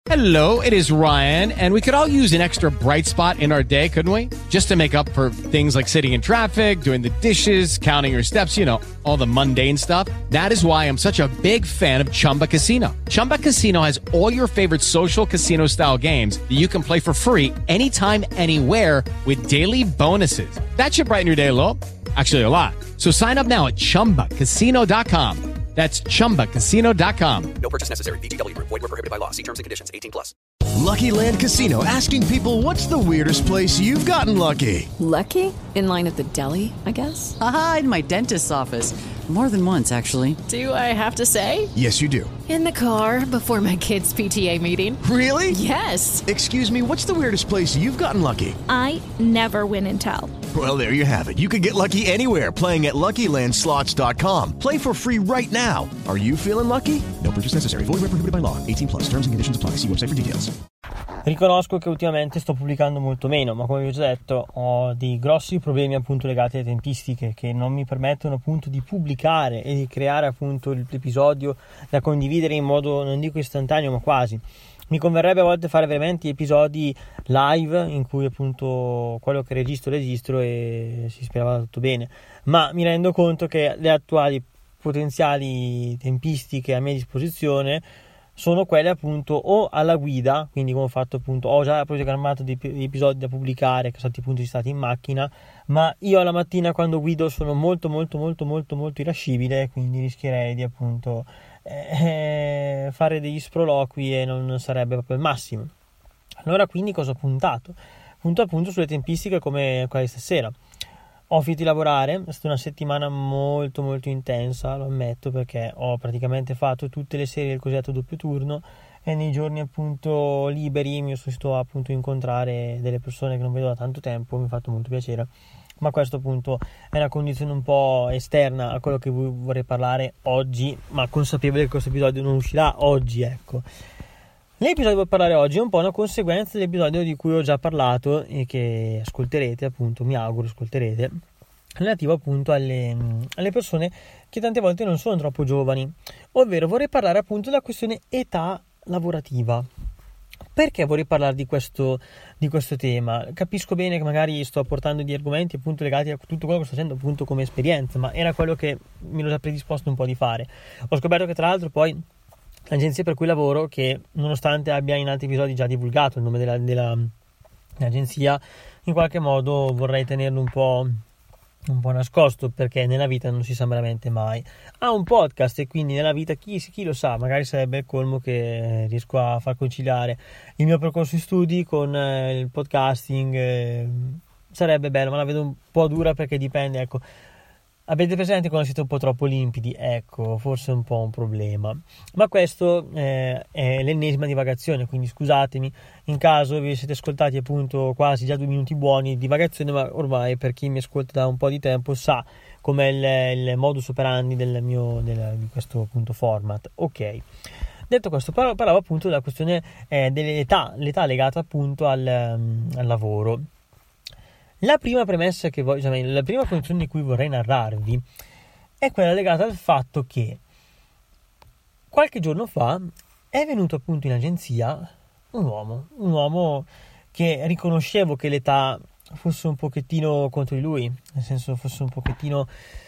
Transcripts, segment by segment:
Hello, it is Ryan, and we could all use an extra bright spot in our day, couldn't we? Just to make up for things like sitting in traffic, doing the dishes, counting your steps, you know, all the mundane stuff. That is why I'm such a big fan of Chumba Casino. Chumba Casino has all your favorite social casino-style games that you can play for free anytime, anywhere with daily bonuses. That should brighten your day a little. Actually, a lot. So sign up now at ChumbaCasino.com. That's ChumbaCasino.com. No purchase necessary. VGW Group. Void where prohibited by law. See terms and conditions. 18+. Lucky Land Casino, asking people, what's the weirdest place you've gotten lucky? Lucky? In line at the deli, I guess? Aha, in my dentist's office. More than once, actually. Do I have to say? Yes, you do. In the car before my kids' PTA meeting. Really? Yes. Excuse me, what's the weirdest place you've gotten lucky? I never win and tell. Well, there you have it. You can get lucky anywhere, playing at LuckyLandSlots.com. Play for free right now. Are you feeling lucky? No purchase necessary. Void where prohibited by law. 18+. Terms and conditions apply. See website for details. Riconosco che ultimamente sto pubblicando molto meno, ma come vi ho già detto ho dei grossi problemi appunto legati alle tempistiche che non mi permettono appunto di pubblicare e di creare appunto l'episodio da condividere in modo, non dico istantaneo, ma quasi. Mi converrebbe a volte fare veramente episodi live in cui appunto quello che registro e si spera vada tutto bene, ma mi rendo conto che le attuali potenziali tempistiche a mia disposizione sono quelle appunto o alla guida, quindi come ho fatto appunto, ho già programmato dei episodi da pubblicare che sono stati appunto stati in macchina, ma io alla mattina quando guido sono molto irascibile, quindi rischierei di appunto fare degli sproloqui e non sarebbe proprio il massimo. Allora quindi cosa ho puntato? Punto appunto sulle tempistiche come quella di stasera. Ho finito di lavorare, è stata una settimana molto intensa, lo ammetto, perché ho praticamente fatto tutte le serie del cosiddetto doppio turno e nei giorni appunto liberi mi sono stato appunto incontrare delle persone che non vedo da tanto tempo, mi ha fatto molto piacere, ma questo appunto è una condizione un po' esterna a quello che vorrei parlare oggi, ma consapevole che questo episodio non uscirà oggi, ecco. L'episodio che voglio parlare oggi è un po' una conseguenza dell'episodio di cui ho già parlato e che ascolterete, appunto, mi auguro ascolterete, relativo appunto alle persone che tante volte non sono troppo giovani, ovvero vorrei parlare appunto della questione età lavorativa. Perché vorrei parlare di questo tema? Capisco bene che magari sto portando degli argomenti appunto legati a tutto quello che sto facendo appunto come esperienza, ma era quello che mi ero già predisposto un po' di fare. Ho scoperto che tra l'altro poi l'agenzia per cui lavoro, che nonostante abbia in altri episodi già divulgato il nome dell'agenzia, in qualche modo vorrei tenerlo un po' nascosto, perché nella vita non si sa veramente mai. Ha un podcast e quindi nella vita chi lo sa, magari sarebbe il colmo che riesco a far conciliare il mio percorso di studi con il podcasting, sarebbe bello, ma la vedo un po' dura perché dipende, ecco. Avete presente quando siete un po' troppo limpidi? Ecco, forse è un po' un problema. Ma questo è l'ennesima divagazione, quindi scusatemi in caso vi siete ascoltati appunto quasi già 2 minuti buoni di divagazione, ma ormai per chi mi ascolta da un po' di tempo sa com'è il modus operandi di questo appunto format. Ok. Detto questo, parlavo appunto della questione l'età legata appunto al lavoro. La prima premessa la prima condizione di cui vorrei narrarvi è quella legata al fatto che qualche giorno fa è venuto appunto in agenzia un uomo che riconoscevo che l'età fosse un pochettino contro di lui, nel senso fosse un pochettino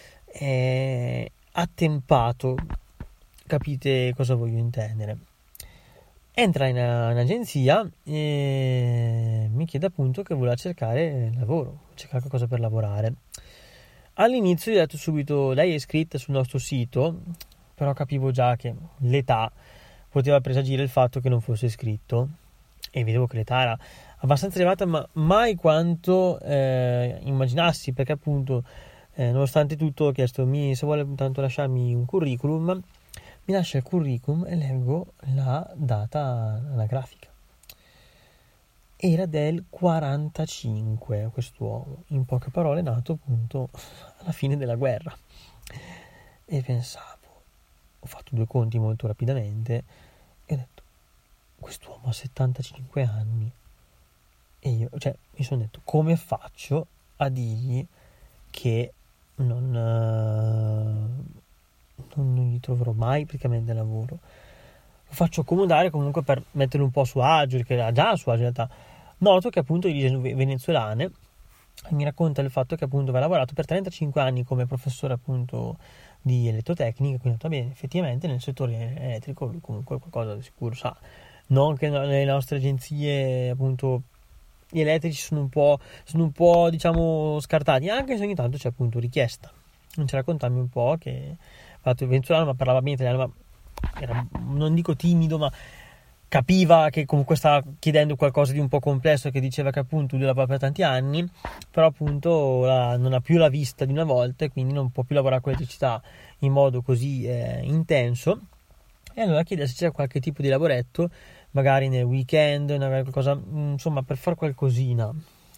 attempato, capite cosa voglio intendere. Entra in agenzia e mi chiede appunto che voleva cercare lavoro, cercare qualcosa per lavorare. All'inizio gli ho detto subito: lei è iscritta sul nostro sito, però capivo già che l'età poteva presagire il fatto che non fosse iscritto, e vedevo che l'età era abbastanza elevata, ma mai quanto immaginassi, perché appunto nonostante tutto ho chiesto se vuole intanto lasciarmi un curriculum. Mi lascia il curriculum e leggo la data anagrafica. Era del 45 quest'uomo, in poche parole nato appunto alla fine della guerra. E pensavo, ho fatto 2 conti molto rapidamente e ho detto: quest'uomo ha 75 anni. E io, mi sono detto: come faccio a dirgli che non gli troverò mai praticamente lavoro? faccio accomodare comunque per metterlo un po' a suo agio, perché era già a suo agio in realtà. Noto che appunto di origini venezuelane, e mi racconta il fatto che appunto aveva lavorato per 35 anni come professore appunto di elettrotecnica, quindi va bene, effettivamente nel settore elettrico lui comunque qualcosa di sicuro sa. Non che le nostre agenzie appunto gli elettrici sono un po' diciamo scartati, anche se ogni tanto c'è appunto richiesta. Non ci raccontarmi un po' che fatto venezuelano, ma parlava bene italiano, ma era, non dico timido, ma capiva che comunque stava chiedendo qualcosa di un po' complesso, che diceva che appunto lui lavora per tanti anni, però appunto non ha più la vista di una volta e quindi non può più lavorare con l'elettricità in modo così intenso, e allora chiede se c'è qualche tipo di lavoretto magari nel weekend, magari qualcosa, insomma, per fare qualcosina.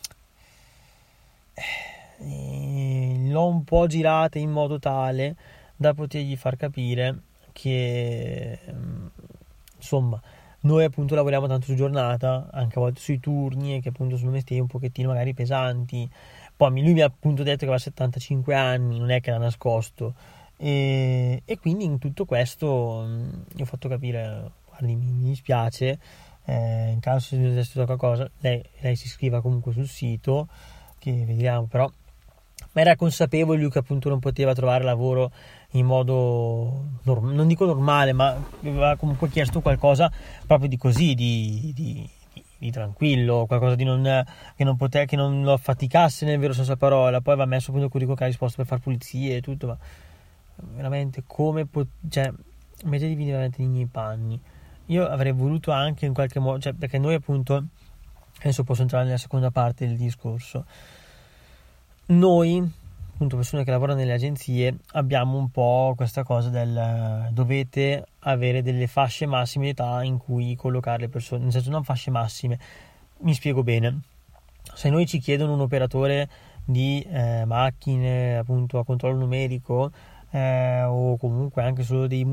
L'ho un po' girata in modo tale da potergli far capire che insomma noi appunto lavoriamo tanto su giornata, anche a volte sui turni, e che appunto sono mestieri un pochettino magari pesanti. Poi lui mi ha appunto detto che aveva 75 anni, non è che l'ha nascosto, e quindi in tutto questo gli ho fatto capire: guardi, mi dispiace, in caso se dovesse succedere qualcosa, lei si iscriva comunque sul sito, che vediamo. Però ma era consapevole lui che appunto non poteva trovare lavoro in modo non dico normale, ma aveva comunque chiesto qualcosa proprio di così, di tranquillo, qualcosa che non lo affaticasse nel vero senso della parola. Poi aveva messo appunto il curriculum che ha risposto per fare pulizie e tutto, ma veramente cioè mettetevi veramente nei miei panni. Io avrei voluto anche in qualche modo, cioè, perché noi appunto, adesso posso entrare nella seconda parte del discorso, noi appunto persone che lavorano nelle agenzie abbiamo un po' questa cosa del dovete avere delle fasce massime di età in cui collocare le persone, nel senso non fasce massime, mi spiego bene. Se noi ci chiedono un operatore di macchine appunto a controllo numerico, o comunque anche solo dei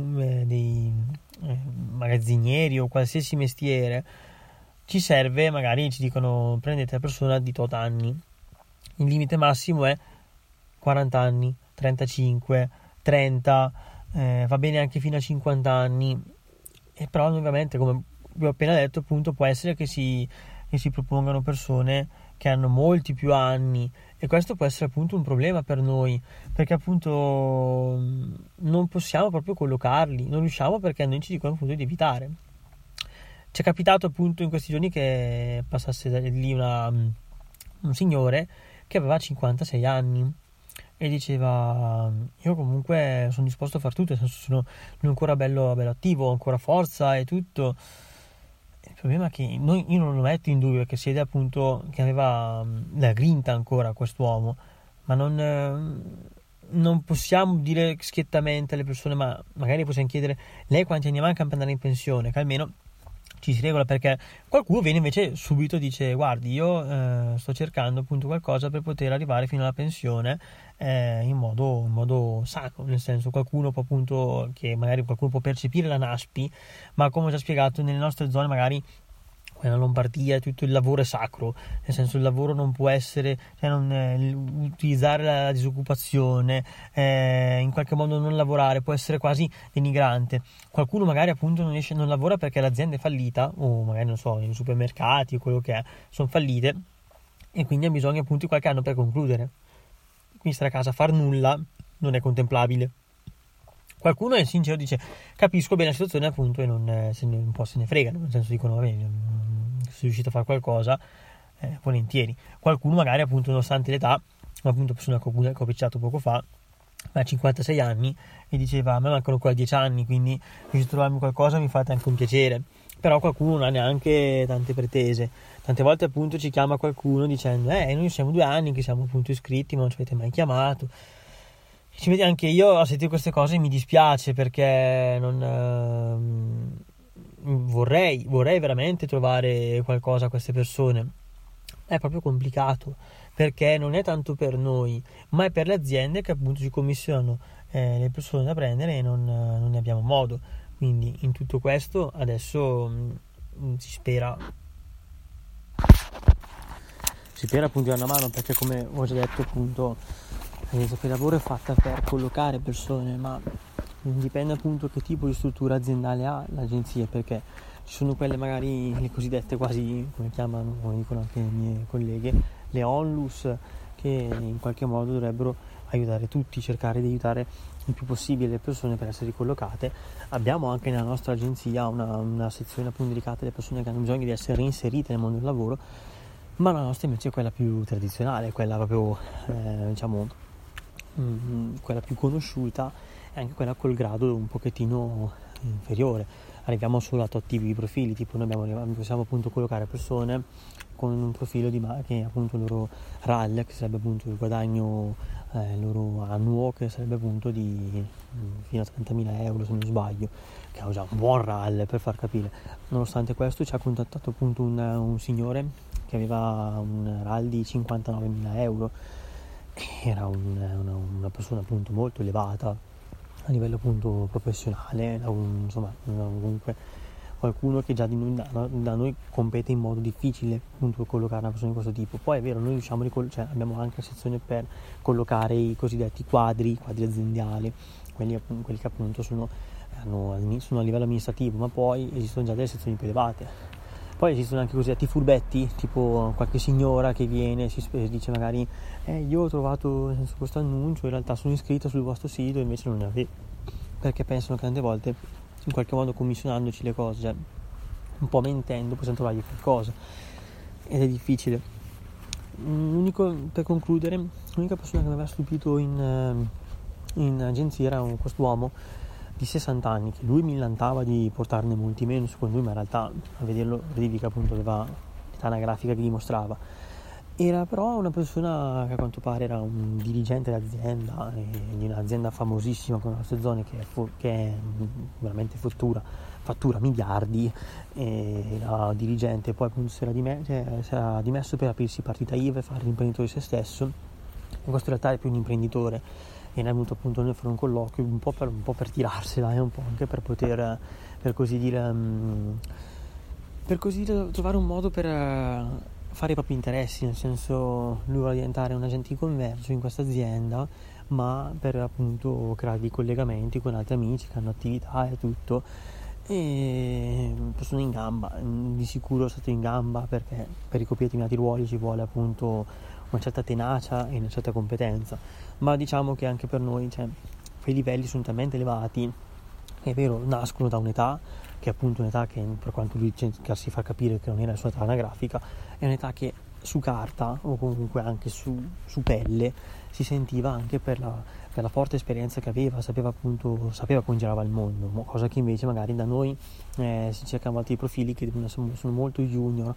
magazzinieri o qualsiasi mestiere, ci serve, magari ci dicono prendete la persona di tot anni, il limite massimo è 40 anni, 35, 30, va bene anche fino a 50 anni, e però ovviamente, come vi ho appena detto, appunto può essere che si propongano persone che hanno molti più anni, e questo può essere appunto un problema per noi, perché appunto non possiamo proprio collocarli, non riusciamo, perché a noi ci dicono appunto di evitare. Ci è capitato appunto in questi giorni che passasse lì un signore che aveva 56 anni e diceva: io comunque sono disposto a far tutto, nel senso sono ancora bello attivo, ho ancora forza e tutto. Il problema è che io non lo metto in dubbio, perché si vede appunto che aveva la grinta ancora quest'uomo, ma non possiamo dire schiettamente alle persone, ma magari possiamo chiedere: lei quanti anni manca per andare in pensione? Che almeno ci si regola, perché qualcuno viene invece subito, dice: guardi, io sto cercando appunto qualcosa per poter arrivare fino alla pensione in modo sacro, nel senso, qualcuno può appunto, che magari qualcuno può percepire la NASPI, ma come ho già spiegato, nelle nostre zone magari nella Lombardia tutto il lavoro è sacro, nel senso il lavoro non può essere, cioè utilizzare la disoccupazione, in qualche modo non lavorare può essere quasi denigrante. Qualcuno magari appunto non lavora perché l'azienda è fallita, o magari non so, i supermercati o quello che è sono fallite, e quindi ha bisogno appunto di qualche anno per concludere, quindi stare a casa a far nulla non è contemplabile. Qualcuno è sincero, dice: capisco bene la situazione appunto, e un po' se ne fregano, nel senso dicono: va bene, sono riuscito a fare qualcosa, volentieri. Qualcuno magari appunto, nonostante l'età, appunto persona che ho picciato poco fa, ha 56 anni e diceva: a me mancano ancora 10 anni, quindi se trovarmi qualcosa mi fate anche un piacere. Però qualcuno non ha neanche tante pretese. Tante volte appunto ci chiama qualcuno dicendo: noi siamo 2 anni che siamo appunto iscritti, ma non ci avete mai chiamato. Ci vedi, anche io a sentire queste cose mi dispiace, perché vorrei veramente trovare qualcosa a queste persone. È proprio complicato, perché non è tanto per noi, ma è per le aziende che appunto ci commissionano le persone da prendere, e non ne abbiamo modo. Quindi in tutto questo adesso si spera appunto di una mano, perché come ho già detto appunto, il lavoro è fatta per collocare persone, ma dipende appunto che tipo di struttura aziendale ha l'agenzia, perché ci sono quelle magari le cosiddette quasi, come chiamano, come dicono anche le mie colleghe, le onlus, che in qualche modo dovrebbero aiutare tutti, cercare di aiutare il più possibile le persone per essere ricollocate. Abbiamo anche nella nostra agenzia una sezione appunto dedicata alle persone che hanno bisogno di essere reinserite nel mondo del lavoro, ma la nostra invece è quella più tradizionale, quella proprio quella più conosciuta, e anche quella col grado un pochettino inferiore. Arriviamo solo a tot tipi di profili, tipo noi possiamo appunto collocare persone con un profilo che è appunto il loro RAL, che sarebbe appunto il guadagno loro annuo, che sarebbe appunto di fino a 30.000 euro se non sbaglio, che è già un buon RAL per far capire. Nonostante questo ci ha contattato appunto un signore che aveva un RAL di 59.000 euro, era una persona appunto molto elevata a livello appunto professionale, comunque qualcuno che già da noi compete in modo difficile appunto collocare una persona di questo tipo. Poi è vero, noi riusciamo abbiamo anche la sezione per collocare i cosiddetti quadri aziendali, quelli che appunto sono a livello amministrativo, ma poi esistono già delle sezioni più elevate. Poi esistono anche i cosiddetti furbetti, tipo qualche signora che viene e dice magari io ho trovato questo annuncio, in realtà sono iscritto sul vostro sito, invece non è vero, perché pensano che tante volte in qualche modo commissionandoci le cose, cioè un po' mentendo, possiamo trovargli qualcosa, ed è difficile. Per concludere, l'unica persona che mi aveva stupito in agenzia era quest'uomo di 60 anni, che lui mi lantava di portarne molti meno secondo lui, ma in realtà a vederlo vedevi che appunto aveva l'età anagrafica che dimostrava. Era però una persona che a quanto pare era un dirigente d'azienda, di un'azienda famosissima con le nostre zone, che è veramente fattura miliardi, e era dirigente. Poi appunto si era dimesso per aprirsi partita IVA e fare l'imprenditore se stesso, e questo in realtà è più un imprenditore, e ne è venuto appunto noi a fare un colloquio un po' per tirarsela, e un po' anche per poter per così dire trovare un modo per fare i propri interessi, nel senso lui vuole diventare un agente di commercio in questa azienda, ma per appunto creare dei collegamenti con altri amici che hanno attività e tutto, e sono in gamba, di sicuro sono stato in gamba, perché per ricoprire determinati ruoli ci vuole appunto una certa tenacia e una certa competenza, ma diciamo che anche per noi quei livelli sono talmente elevati, è vero, nascono da un'età che è appunto un'età che, per quanto lui si fa capire che non era la sua età anagrafica, è un'età che su carta o comunque anche su pelle si sentiva anche per la forte esperienza che aveva, sapeva come girava il mondo, cosa che invece magari da noi si cercano altri profili che sono molto junior.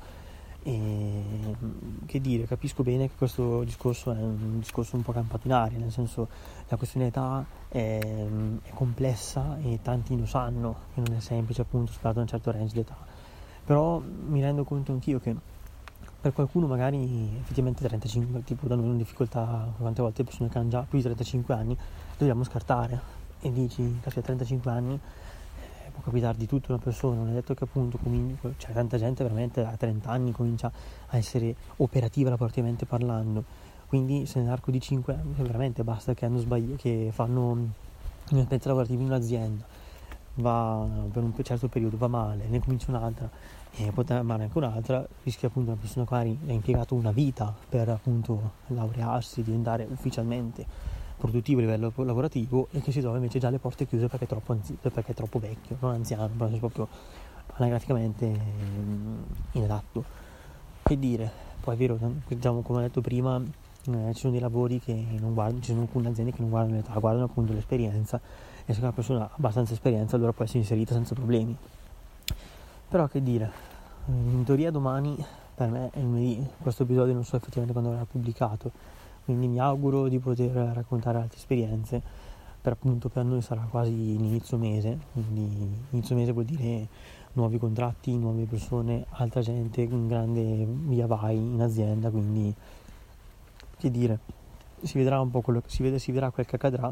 E che dire, capisco bene che questo discorso è un discorso un po' campato in aria, nel senso la questione età è complessa e tanti lo sanno che non è semplice appunto superare un certo range d'età, però mi rendo conto anch'io che per qualcuno magari effettivamente 35, tipo da noi una difficoltà, quante volte le persone che hanno già più di 35 anni dobbiamo scartare, e dici che a 35 anni può capitare di tutto una persona, non è detto che appunto c'è tanta gente veramente a 30 anni comincia a essere operativa lavorativamente parlando, quindi se nell'arco di 5 anni veramente basta che hanno sbagliato, che fanno un'esperienza lavorativa in un'azienda, va per un certo periodo, va male, ne comincia un'altra e poi male anche un'altra, rischia appunto una persona che magari ha impiegato una vita per appunto laurearsi, diventare ufficialmente produttivo a livello lavorativo, e che si trova invece già alle porte chiuse perché è troppo vecchio, non anziano, però è proprio anagraficamente inadatto. Che dire, poi è vero, diciamo, come ho detto prima, ci sono dei lavori che non guardano, ci sono alcune aziende che non guardano l'età, guardano appunto l'esperienza, e se una persona ha abbastanza esperienza allora può essere inserita senza problemi. Però che dire, in teoria domani per me è lunedì, questo episodio non so effettivamente quando verrà pubblicato, quindi mi auguro di poter raccontare altre esperienze. Per noi sarà quasi inizio mese, quindi inizio mese vuol dire nuovi contratti, nuove persone, altra gente, un grande via vai in azienda, quindi che dire, si vedrà un po' quello che si vedrà quel che accadrà,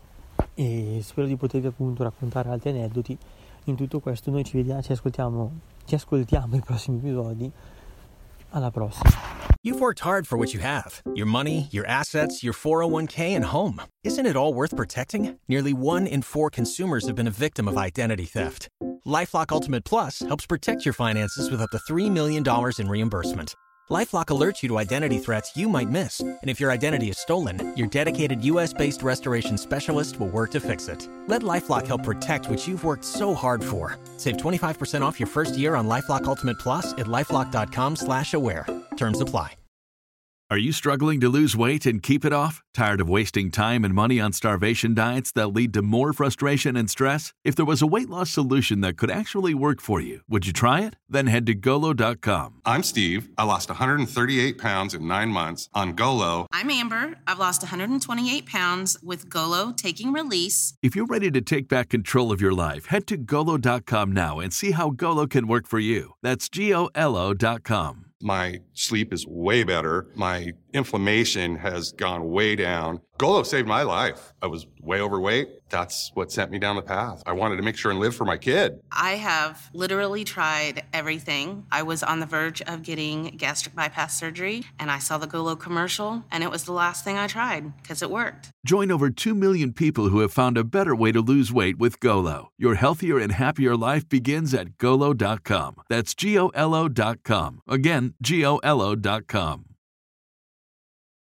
e spero di potervi appunto raccontare altri aneddoti. In tutto questo noi ci ascoltiamo ai prossimi episodi, alla prossima. You've worked hard for what you have. Your money, your assets, your 401k, and home. Isn't it all worth protecting? Nearly 1 in 4 consumers have been a victim of identity theft. LifeLock Ultimate Plus helps protect your finances with up to $3 million in reimbursement. LifeLock alerts you to identity threats you might miss. And if your identity is stolen, your dedicated U.S.-based restoration specialist will work to fix it. Let LifeLock help protect what you've worked so hard for. Save 25% off your first year on LifeLock Ultimate Plus at LifeLock.com/aware. Terms apply. Are you struggling to lose weight and keep it off? Tired of wasting time and money on starvation diets that lead to more frustration and stress? If there was a weight loss solution that could actually work for you, would you try it? Then head to Golo.com. I'm Steve. I lost 138 pounds in 9 months on Golo. I'm Amber. I've lost 128 pounds with Golo Taking Release. If you're ready to take back control of your life, head to Golo.com now and see how Golo can work for you. That's GOLO.com. My sleep is way better. My inflammation has gone way down. Golo saved my life. I was way overweight. That's what sent me down the path. I wanted to make sure and live for my kid. I have literally tried everything. I was on the verge of getting gastric bypass surgery, and I saw the Golo commercial, and it was the last thing I tried because it worked. Join over 2 million people who have found a better way to lose weight with Golo. Your healthier and happier life begins at Golo.com. That's GOLO.com. Again, GOLO.com.